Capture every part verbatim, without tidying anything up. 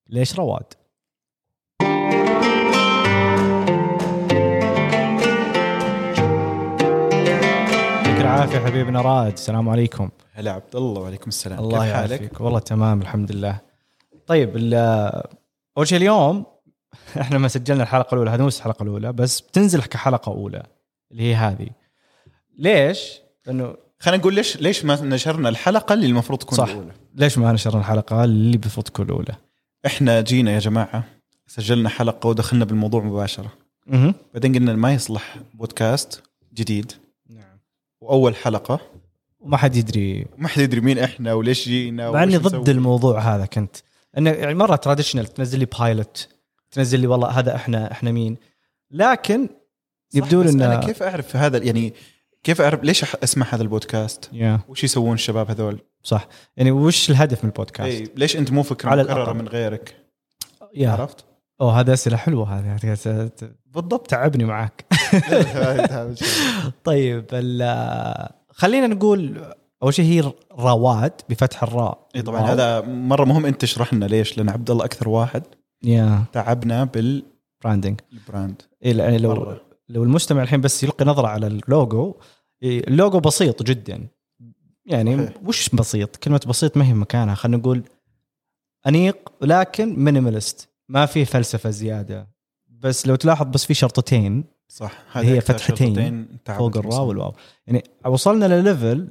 ليش رواد. يعطيك العافية حبيبنا رائد. السلام عليكم. هلا عبد الله. وعليكم السلام. الله كيف حالك؟ يعافيك. والله تمام الحمد لله. طيب أول شيء اليوم احنا ما سجلنا الحلقة الأولى، هذه مش الحلقة الأولى بس بتنزل كحلقة أولى اللي هي هذه. ليش؟ لأنه خلينا نقول ليش ليش ما نشرنا الحلقة اللي المفروض تكون صح. الأولى. ليش ما نشرنا الحلقة اللي المفروض تكون الأولى؟ احنا جينا يا جماعة سجلنا حلقة ودخلنا بالموضوع مباشرة. اها بعدين قلنا ما يصلح بودكاست جديد. نعم. وأول حلقة وما حد يدري ما حد يدري مين احنا وليش جينا. مع اني ضد الموضوع هذا. كنت انه يعني مره تراديشنال تنزل لي بايلوت، تنزل لي والله هذا احنا احنا مين، لكن يبدو لي انا ان كيف اعرف هذا، يعني كيف اعرف ليش اسمع هذا البودكاست؟ yeah. وش يسوون الشباب هذول؟ صح، يعني وش الهدف من البودكاست؟ اي ليش انت مو فكره على مكرره الأقل. من غيرك؟ yeah. عرفت؟ اوه هذا اسئله حلوه هذه بالضبط. تعبني معك. طيب خلينا نقول اول شيء هي رواد بفتح الراء. اي طبعا هذا مره مهم انت تشرح لنا ليش، لان عبد الله اكثر واحد يا تعبنا بالبراندنج البراند. إيه يعني لو مرة. لو المستمع الحين بس يلقي نظره على اللوجو، اللوجو بسيط جدا يعني صحيح. وش بسيط؟ كلمه بسيط ما هي مكانها. خلينا نقول انيق لكن مينيماليست، ما في فلسفه زياده. بس لو تلاحظ بس في شرطتين صح، هي فتحتين فوق الراء والواو. يعني وصلنا لليفل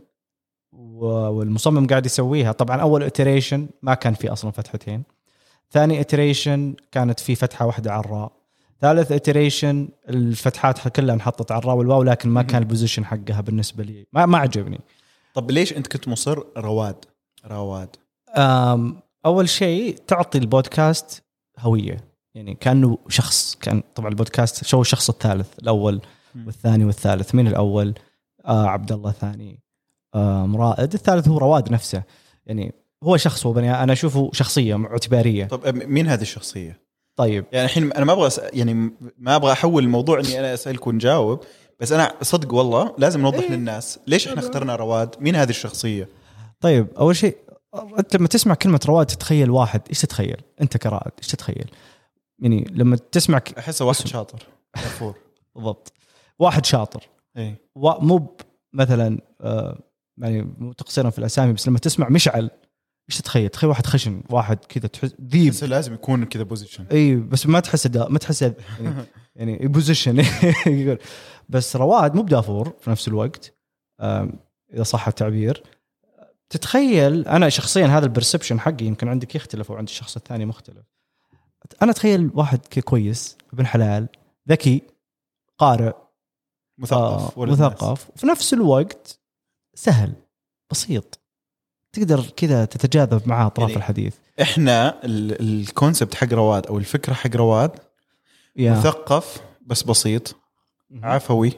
والمصمم قاعد يسويها. طبعا اول اتريشن ما كان في اصلا فتحتين، ثاني اتريشن كانت في فتحه واحده على الراء، ثالث اتريشن الفتحات كلها انحطت على الراء والواو، لكن ما كان البوزيشن حقها بالنسبه لي ما ما عجبني. طب ليش انت كنت مصر رواد؟ رواد اول شيء تعطي البودكاست هويه، يعني كانه شخص. كان طبعا البودكاست شو الشخص الثالث، الاول والثاني والثالث. من الاول آه عبد الله، الثاني آه رائد، الثالث هو رواد نفسه. يعني هو شخص، هو بني انا اشوفه شخصيه اعتباريه. طب مين هذه الشخصيه؟ طيب يعني الحين انا ما ابغى يعني ما ابغى احول الموضوع اني انا اسالك ونجاوب، بس انا صدق والله لازم نوضح إيه؟ للناس ليش احنا اخترنا رواد، مين هذه الشخصيه؟ طيب اول شيء انت لما تسمع كلمه رواد تتخيل واحد، ايش تتخيل انت كرائد؟ ايش تتخيل؟ يعني لما تسمع ك... احسه واحد اسم... شاطر غفور. بالضبط، واحد شاطر. اي مو مثلا آه يعني مو تقصيرا في الاسامي، بس لما تسمع مشعل ايش تتخيل؟ تخيل واحد خشن، واحد كذا تحس ذيب. بس لازم يكون كذا بوزيشن. اي بس ما تحس دا ما تحس يعني يعني بوزيشن يقول. بس رواد مو بدافور في نفس الوقت اذا صح التعبير. تتخيل انا شخصيا هذا البرسبشن حقي يمكن عندك يختلف وعند الشخص الثاني مختلف. انا اتخيل واحد كويس، ابن حلال، ذكي، قارئ، مثقف، آه مثقف في نفس الوقت، سهل، بسيط، تقدر كذا تتجاذب معاه اطراف يعني الحديث. احنا الكونسبت حق رواد او الفكره حق رواد يا. مثقف بس بسيط، عفوي.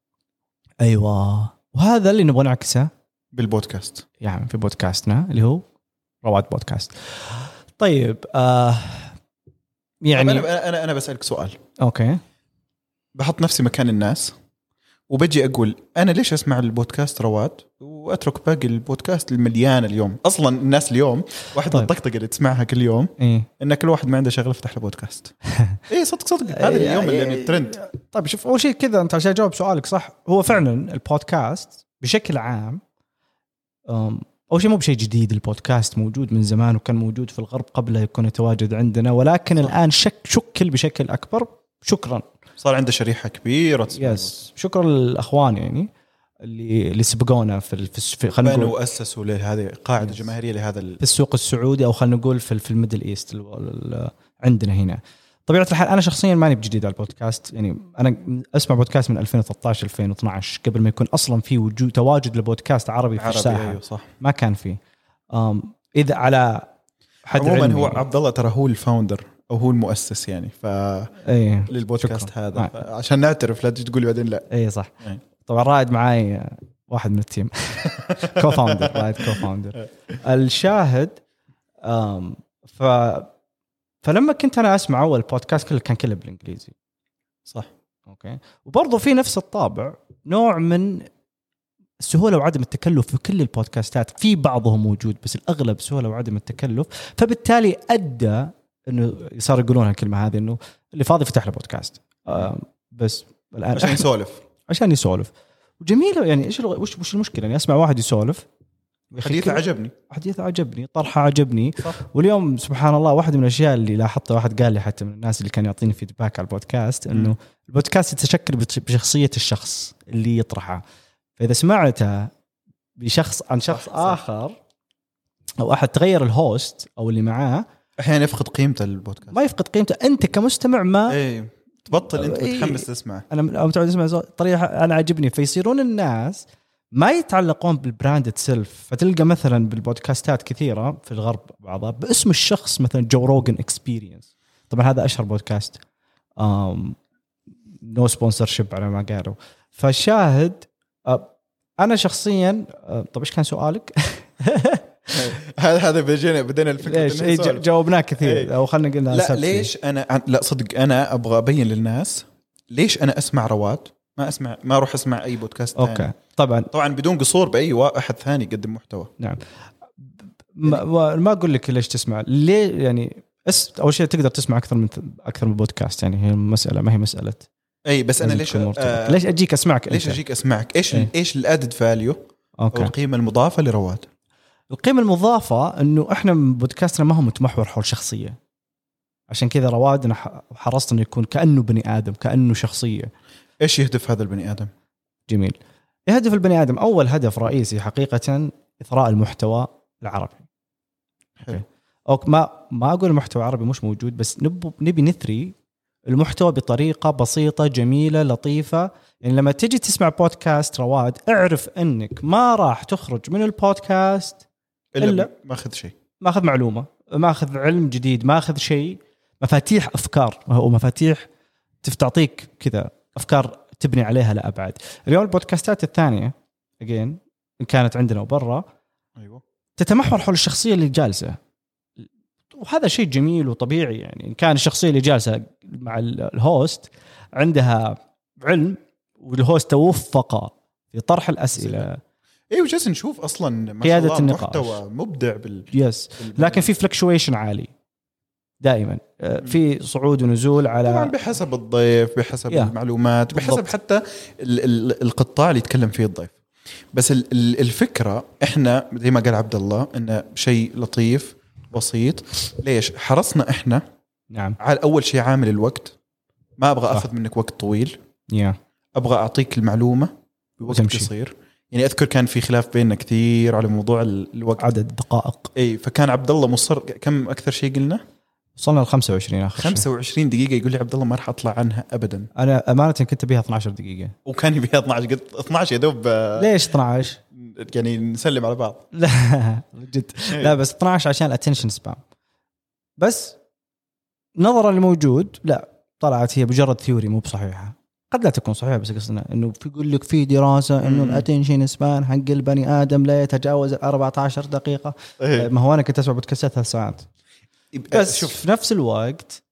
ايوه، وهذا اللي نبغى نعكسه بالبودكاست، يعني في بودكاستنا اللي هو رواد بودكاست. طيب آه يعني انا انا انا بسالك سؤال. اوكي، بحط نفسي مكان الناس وبجي أقول أنا ليش أسمع البودكاست رواد وأترك باقي البودكاست المليان اليوم. أصلا الناس اليوم واحد طيب. الطقطقة اللي تسمعها كل يوم إيه؟ إن كل واحد ما عنده شغله فتح له بودكاست. إيه صدق صدق هذا اليوم اللي يعني الترند. طيب شوف، أول شيء كذا أنت عشان أجاوب سؤالك صح، هو فعلا البودكاست بشكل عام أول شيء مو بشيء جديد. البودكاست موجود من زمان وكان موجود في الغرب قبل يكون يتواجد عندنا، ولكن صح. الآن شك شكل بشكل أكبر. شكرا، صار عنده شريحة كبيرة. يس، شكرا للأخوان يعني اللي اللي سبقونا في في خلينا نقول وأسسوا لهذه قاعدة جماهيرية لهذا في السوق السعودي، أو خلينا نقول في في الميدل إيست عندنا هنا. طبيعة الحال أنا شخصيا ماني بجديد على البودكاست، يعني أنا أسمع بودكاست من ألفين وثلاثة عشر ألفين واثني عشر قبل ما يكون أصلا في وجود تواجد لبودكاست عربي في الساحة. أيوه صح. ما كان فيه. إذا على حد عموما هو عبد الله ترى هو الفاوندر أو هو المؤسس يعني ف أيه. للبودكاست شكرا. هذا عشان نعترف، لا تقولي بعدين لا. اي صح. أيه. طبعا رائد معاي واحد من التيم كو فاوندر. رائد كو فاوندر. الشاهد أم ف فلما كنت انا اسمع اول بودكاست كله كان كله بالانجليزي صح. اوكي، وبرضه في نفس الطابع نوع من السهوله وعدم التكلف في كل البودكاستات. في بعضهم موجود بس الاغلب سهوله وعدم التكلف، فبالتالي ادى انه صار يقولون هالكلمه هذه انه اللي فاضي فتح له بودكاست. آه بس الان عشان يسولف عشان يسولف وجميله يعني. ايش وش وش المشكله يعني اسمع واحد يسولف حديثه عجبني حديثه عجبني طرحه عجبني صح. واليوم سبحان الله واحد من الاشياء اللي لاحظتها واحد قال لي حتى من الناس اللي كان يعطيني فيدباك على البودكاست انه م. البودكاست يتشكل بشخصيه الشخص اللي يطرحه. فاذا سمعته بشخص عن شخص صح اخر صح. او احد تغير الهوست او اللي معاه احيانا يفقد قيمته البودكاست ما يفقد قيمته. انت كمستمع ما ايه تبطل انت إيه متحمس تسمع. انا متعود اسمع طريقه انا عجبني فيصيرون الناس ما يتعلقون بالبراند اتسلف. فتلقى مثلا بالبودكاستات كثيره في الغرب بعضها باسم الشخص مثلا جو روجن اكسبيرينس. طبعا هذا اشهر بودكاست امم نو سبونسرشيب على ما قالوا. فالشاهد انا شخصيا طب ايش كان سؤالك؟ هذا هذا بدينا بدينا الفكره ليش إيه جاوبناه كثير ايه. او خلينا قلنا لا ليش انا لا صدق انا ابغى ابين للناس ليش انا اسمع رواد ما اسمع ما اروح اسمع اي بودكاست ثاني. اوكي طبعا طبعا بدون قصور باي واحد ثاني يقدم محتوى. نعم ما, ما اقول لك ليش تسمع ليه يعني أس اول شيء تقدر تسمع اكثر من اكثر من بودكاست يعني هي مساله ما هي مساله اي بس انا ليش آه ليش اجيك اسمعك ليش انت؟ اجيك اسمعك ايش ايه؟ ايش الادد فاليو او القيمه المضافه لرواد؟ القيمه المضافه انه احنا بودكاستنا ما هو متمحور حول شخصيه. عشان كذا رواد انا حرصت انه يكون كانه بني ادم كانه شخصيه. ايش يهدف هذا البني ادم؟ جميل. يهدف البني ادم اول هدف رئيسي حقيقه اثراء المحتوى العربي. حلو. او ما ما اقول المحتوى العربي مش موجود بس نبي نثري المحتوى بطريقه بسيطه جميله لطيفه. يعني لما تيجي تسمع بودكاست رواد اعرف انك ما راح تخرج من البودكاست الا, إلا ما اخذ شيء ما اخذ معلومه ما اخذ علم جديد ما اخذ شيء. مفاتيح افكار ومفاتيح تعطيك كذا افكار تبني عليها لأبعد. اليوم البودكاستات الثانيه اجين ان كانت عندنا وبرا ايوه تتمحور حول الشخصيه اللي جالسه وهذا شيء جميل وطبيعي. يعني إن كان الشخصية اللي جالسة مع الهوست عندها علم والهوست توفق في طرح الأسئلة ايوه جالس نشوف اصلا ما شاء الله محتوى مبدع بال يس لكن في فلكشويشن عالي دائما في صعود ونزول على طبعا بحسب الضيف بحسب yeah. المعلومات بحسب بالضبط. حتى ال- ال- القطاع اللي يتكلم فيه الضيف. بس ال- ال- الفكرة احنا زي ما قال عبد الله انه شيء لطيف بسيط. ليش حرصنا احنا نعم على اول شيء عامل الوقت. ما ابغى اخذ منك وقت طويل yeah. ابغى اعطيك المعلومه بوقت قصير. يعني اذكر كان في خلاف بيننا كثير على موضوع الوقت عدد الدقائق. اي فكان عبد الله مصر كم اكثر شيء قلنا وصلنا ل خمسة وعشرين اخر خمسة وعشرين دقيقه. يقول لي عبد الله ما راح اطلع عنها ابدا. انا امانه كنت بيها اثناشر دقيقه وكان يبيها اثناشر. قلت اثناشر يا دوب. ليش اثناشر يعني نسلم على بعض. لا جد لا بس اثناشر عشان الاتنشن سبام. بس نظرا للموجود لا طلعت هي مجرد ثيوري مو بصحيحه. قد لا تكون صحيحه بس قصدنا انه في يقول لك في دراسه انه الاتنشن سبان حق البني ادم لا يتجاوز أربعة عشر دقيقه. إيه. ما هو انا كنت اسمع بودكاستات ثلاث ساعات بس شوف في نفس الوقت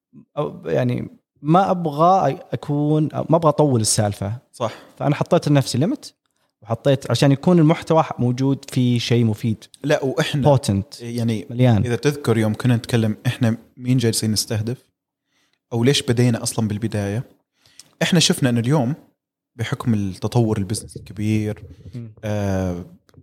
يعني ما ابغى اكون ما ابغى اطول السالفه صح. فانا حطيت لنفسي ليمت وحطيت عشان يكون المحتوى موجود في شيء مفيد. لا واحنا بوتنت يعني مليان. اذا تذكر يوم كنا نتكلم احنا مين جالسين نستهدف او ليش بدينا اصلا بالبدايه. احنا شفنا ان اليوم بحكم التطور البزنس الكبير آه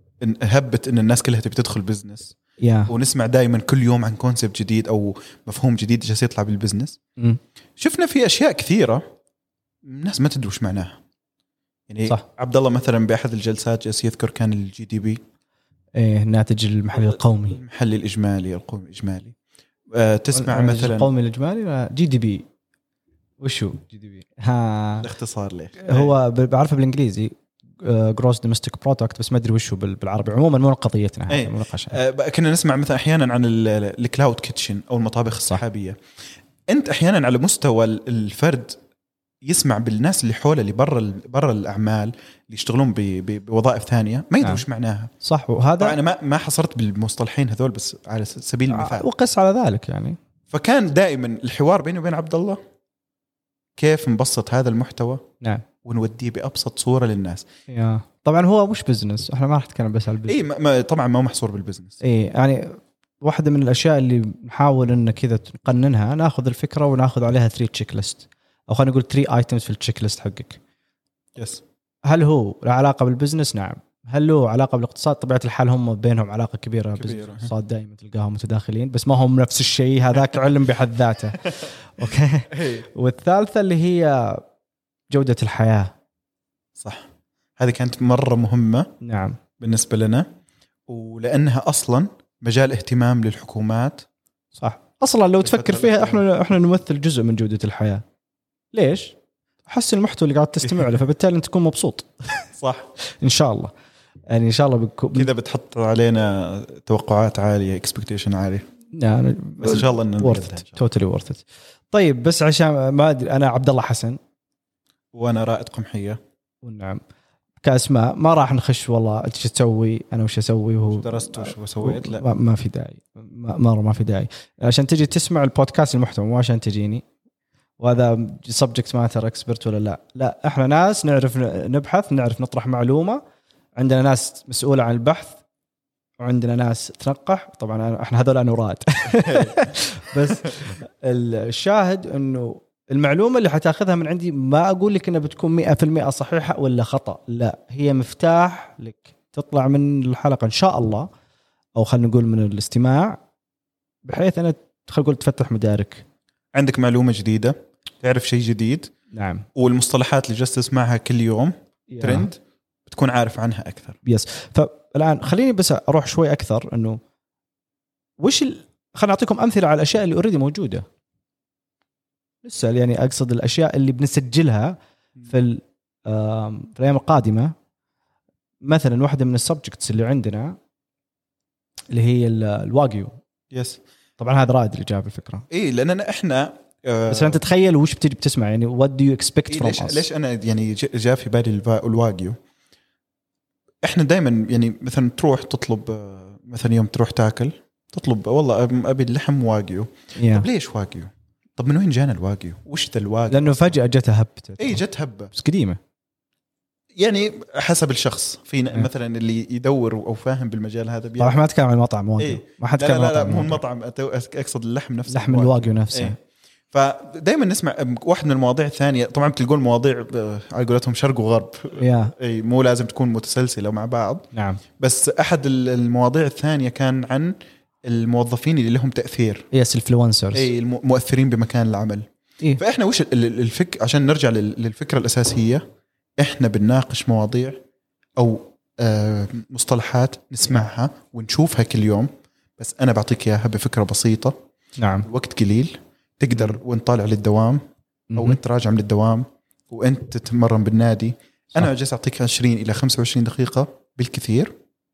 هبت ان الناس كلها تبي تدخل بزنس yeah. ونسمع دائما كل يوم عن كونسبت جديد او مفهوم جديد جالس يطلع بالبزنس. mm. شفنا في اشياء كثيره الناس ما تدري وش معناها. يعني صح. عبد الله مثلا باحد الجلسات جالس يذكر كان الجي دي بي ايه الناتج المحلي القومي المحلي الاجمالي القومي الاجمالي. أه تسمع مثلا القومي الاجمالي جي دي بي وشو جي دي بي ها الاختصار ليه هو بعرفه بالانجليزي جروس دومستيك برودكت بس ما ادري وشو بالعربي. عموما مو قضيتنا هذه مناقشه. أه كنا نسمع مثلا احيانا عن الكلاود كيتشن او المطابخ السحابيه. انت احيانا على مستوى الفرد يسمع بالناس اللي حوله اللي برا برا الاعمال اللي يشتغلون بوظائف ثانيه ما يدري وش معناها. صح. وهذا انا ما ما حصرت بالمصطلحين هذول بس على سبيل المثال وقس على ذلك يعني. فكان دائما الحوار بيني وبين عبد الله كيف نبسط هذا المحتوى نعم ونوديه بأبسط صورة للناس. يا طبعا هو مش بزنس احنا ما راح نتكلم بس على البزنس. اي ما طبعا ما هو محصور بالبزنس. اي يعني واحدة من الأشياء اللي نحاول إن كذا نقننها، ناخذ الفكرة وناخذ عليها ثري تشيك ليست، أو خلينا نقول ثري ايتمز في التشيك ليست حقك. يس. هل هو له علاقة بالبزنس؟ نعم. هل له علاقة بالاقتصاد؟ طبيعة الحال هم بينهم علاقة كبيرة, كبيرة. بالاقتصاد دائما تلقاهم متداخلين، بس ما هم نفس الشيء، هذاك علم بحد ذاته. أوكي. والثالثة اللي هي جودة الحياة. صح، هذه كانت مرة مهمة. نعم. بالنسبة لنا، ولأنها أصلا مجال اهتمام للحكومات. صح. أصلا لو تفكر فيها إحنا إحنا نمثل جزء من جودة الحياة. ليش؟ حسن المحتوى اللي قاعد تستمع له، فبالتالي أنت تكون مبسوط. صح. إن شاء الله. يعني إن شاء الله بكو... كذا بتحط علينا توقعات عالية، expectation عالية. يعني بس إن شاء الله إنه worth it. totally worth it. طيب بس عشان ما أدري، أنا عبد الله حسن وأنا رائد قمحية. ونعم كأسماء ما راح نخش والله أنت شو تسوي أنا وش أسوي وهو درست وش سويت. لا ما, ما في داعي، ما مرة ما في داعي عشان تجي تسمع البودكاست المحتوى، مو عشان تجيني وهذا subject matter expert ولا لا. لا احنا ناس نعرف نبحث، نعرف نطرح معلومة، عندنا ناس مسؤولة عن البحث وعندنا ناس تنقح. طبعا احنا هذول أنا ورائد. بس الشاهد انه المعلومة اللي حتاخذها من عندي ما اقول لك انها بتكون مئة في المئة صحيحة ولا خطأ، لا، هي مفتاح لك تطلع من الحلقة ان شاء الله، او خلينا نقول من الاستماع، بحيث انا خلينا نقول تفتح مدارك، عندك معلومة جديدة، تعرف شيء جديد. نعم. والمصطلحات اللي جالس تسمعها كل يوم ترند بتكون عارف عنها أكثر. يس. فالآن خليني بس أروح شوي أكثر إنه وش ال... خلينا نعطيكم أمثلة على الأشياء اللي أوريدي موجودة لسه، يعني أقصد الأشياء اللي بنسجلها في ال... في الأيام القادمة. مثلا واحدة من السبجكتس اللي عندنا اللي هي الواقيو. يس. طبعا هذا رائد اللي جاب الفكرة. إيه لأننا إحنا آه بس أنت تتخيل وش بتجي بتسمع، يعني what do you expect إيه from ليش us. ليش أنا يعني جاء في بالي الواقيو. إحنا دايما يعني مثلا تروح تطلب مثلا يوم تروح تاكل تطلب والله أبي اللحم واقيو. yeah. طب ليش واقيو؟ طب من وين جانا الواقيو؟ وش ذا الواقيو؟ لأنه فجأة جتها هبة. إيه جت هبة بس قديمة. يعني حسب الشخص في yeah. مثلا اللي يدور أو فاهم بالمجال هذا. طبعا ما أتكلم عن المطعم واقيو. إيه. ما حد لا لا, لا, لا مو المطعم، أقصد اللحم نفسه. لحم الواقيو نفسه. إيه. فدايما نسمع واحد من المواضيع الثانية، طبعا بتلقون مواضيع على قولتهم شرق وغرب. yeah. اي مو لازم تكون متسلسلة مع بعض. نعم. بس احد المواضيع الثانية كان عن الموظفين اللي لهم تأثير. يس الانفلونسرز. اي المؤثرين بمكان العمل. إيه؟ فاحنا وش الفك عشان نرجع للفكرة الأساسية، احنا بنناقش مواضيع او آه مصطلحات نسمعها ونشوفها كل يوم، بس انا بعطيك اياها بفكرة بسيطة. نعم. وقت قليل تقدر وانت طالع للدوام او انت راجع من الدوام وانت تتمرن بالنادي. صح. انا جالس اعطيك عشرين الى خمسة وعشرين دقيقه بالكثير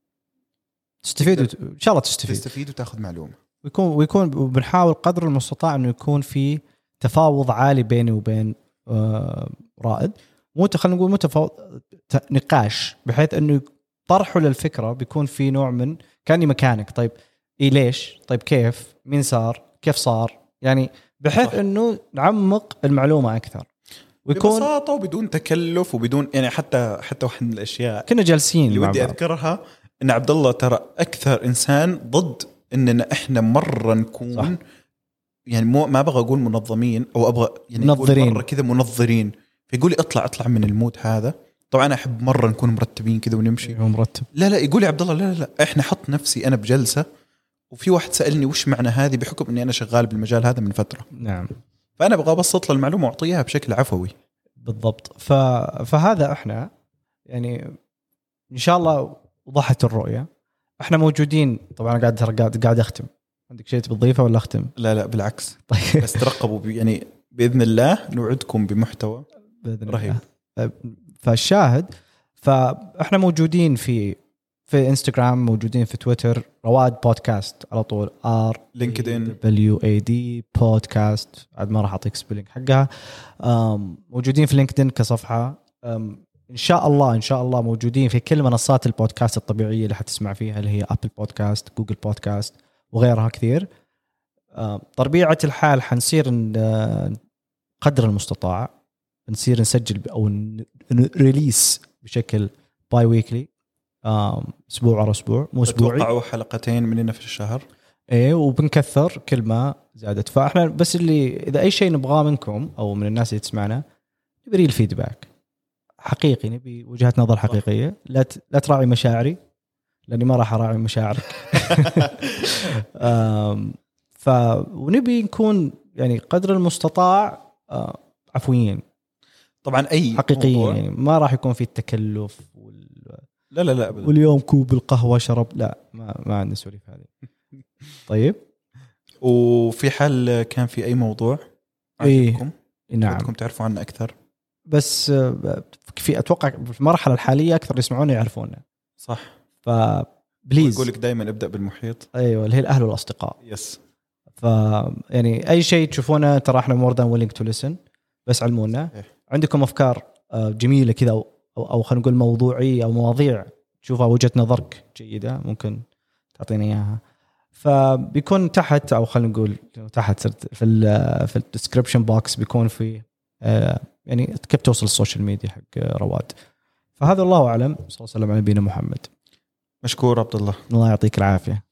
تستفيد وت... ان شاء الله تستفيد تستفيد وتاخذ معلومه. ويكون ويكون بنحاول قدر المستطاع انه يكون في تفاوض عالي بيني وبين آه رائد، مو خلينا نقول متفاوض، نقاش، بحيث انه طرحه للفكره بيكون في نوع من كاني مكانك. طيب ايه ليش؟ طيب كيف؟ مين صار؟ كيف صار؟ يعني بحيث صح. انه نعمق المعلومه اكثر ويكون ببساطه وبدون تكلف وبدون يعني حتى حتى واحد من الاشياء كنا جالسين اللي ودي اذكرها ان عبد الله ترى اكثر انسان ضد اننا احنا مره نكون صح. يعني مو ما ابغى اقول منظمين او ابغى يعني منظرين مره كذا منظرين، فيقول لي اطلع اطلع من المود هذا. طبعا انا احب مره نكون مرتبين كذا ونمشي مرتب. لا لا يقول لي عبد الله لا لا لا احنا حط نفسي انا بجلسه وفي واحد سألني وش معنى هذه بحكم أني أنا شغال بالمجال هذا من فترة. نعم. فأنا أبغى أبسط له المعلومة وأعطيها بشكل عفوي. بالضبط. ف... فهذا إحنا يعني إن شاء الله وضحت الرؤية. إحنا موجودين. طبعا قاعد قاعد قاعد أختم. عندك شيء تضيفه ولا أختم؟ لا لا بالعكس. طيب. بس ترقبوا يعني بإذن الله نوعدكم بمحتوى بإذن رهيب. الله. فالشاهد فإحنا موجودين في في انستغرام، موجودين في تويتر، رواد بودكاست على طول، ار لينكدين دبليو اي دي بودكاست، عاد ما راح اعطيك سبيلينج حقها. موجودين في لينكدين كصفحه. ان شاء الله ان شاء الله موجودين في كل منصات البودكاست الطبيعيه اللي حتسمع فيها، اللي هي ابل بودكاست، جوجل بودكاست وغيرها كثير. طبيعه الحال حنصير قدر المستطاع نصير نسجل او ريليس بشكل باي ويكلي، اسبوع على اسبوع، مو اسبوعي. توقعوا حلقتين مننا في الشهر ايه وبنكثر كل ما زادت. فاحنا بس اللي اذا اي شيء نبغاه منكم او من الناس اللي تسمعنا نبي الفيدباك حقيقي، نبي وجهة نظر حقيقيه، لا ت... لا تراعي مشاعري لاني ما راح اراعي مشاعرك. ف ونبي نكون يعني قدر المستطاع عفويين طبعا اي حقيقيين، يعني ما راح يكون في التكلف وال... لا لا لا أبداً. واليوم كوب القهوه شرب، لا ما ما عندنا سواليف هذه. طيب وفي حال كان في اي موضوع عجبكم إيه؟ نعم بدكم تعرفوا عنه اكثر، بس في اتوقع في المرحله الحاليه اكثر يسمعونا يعرفونا صح، فبليز اقول لك دائما ابدا بالمحيط. ايوه اللي هي الاهل والاصدقاء. يس. ف يعني اي شيء تشوفونه ترى احنا مور ذان ويلينج تو ليسن، بس علمونا. إيه. عندكم افكار جميله كذا او او خلينا نقول موضوعيه او مواضيع تشوفها وجهه نظرك جيده ممكن تعطينا اياها، فبيكون تحت او خلينا نقول تحت في ال في الديسكربشن بوكس بيكون في يعني كيف توصل السوشيال ميديا حق رواد. فهذا الله اعلم. صلى الله عليه وسلم على نبينا محمد. مشكور عبد الله، الله يعطيك العافيه.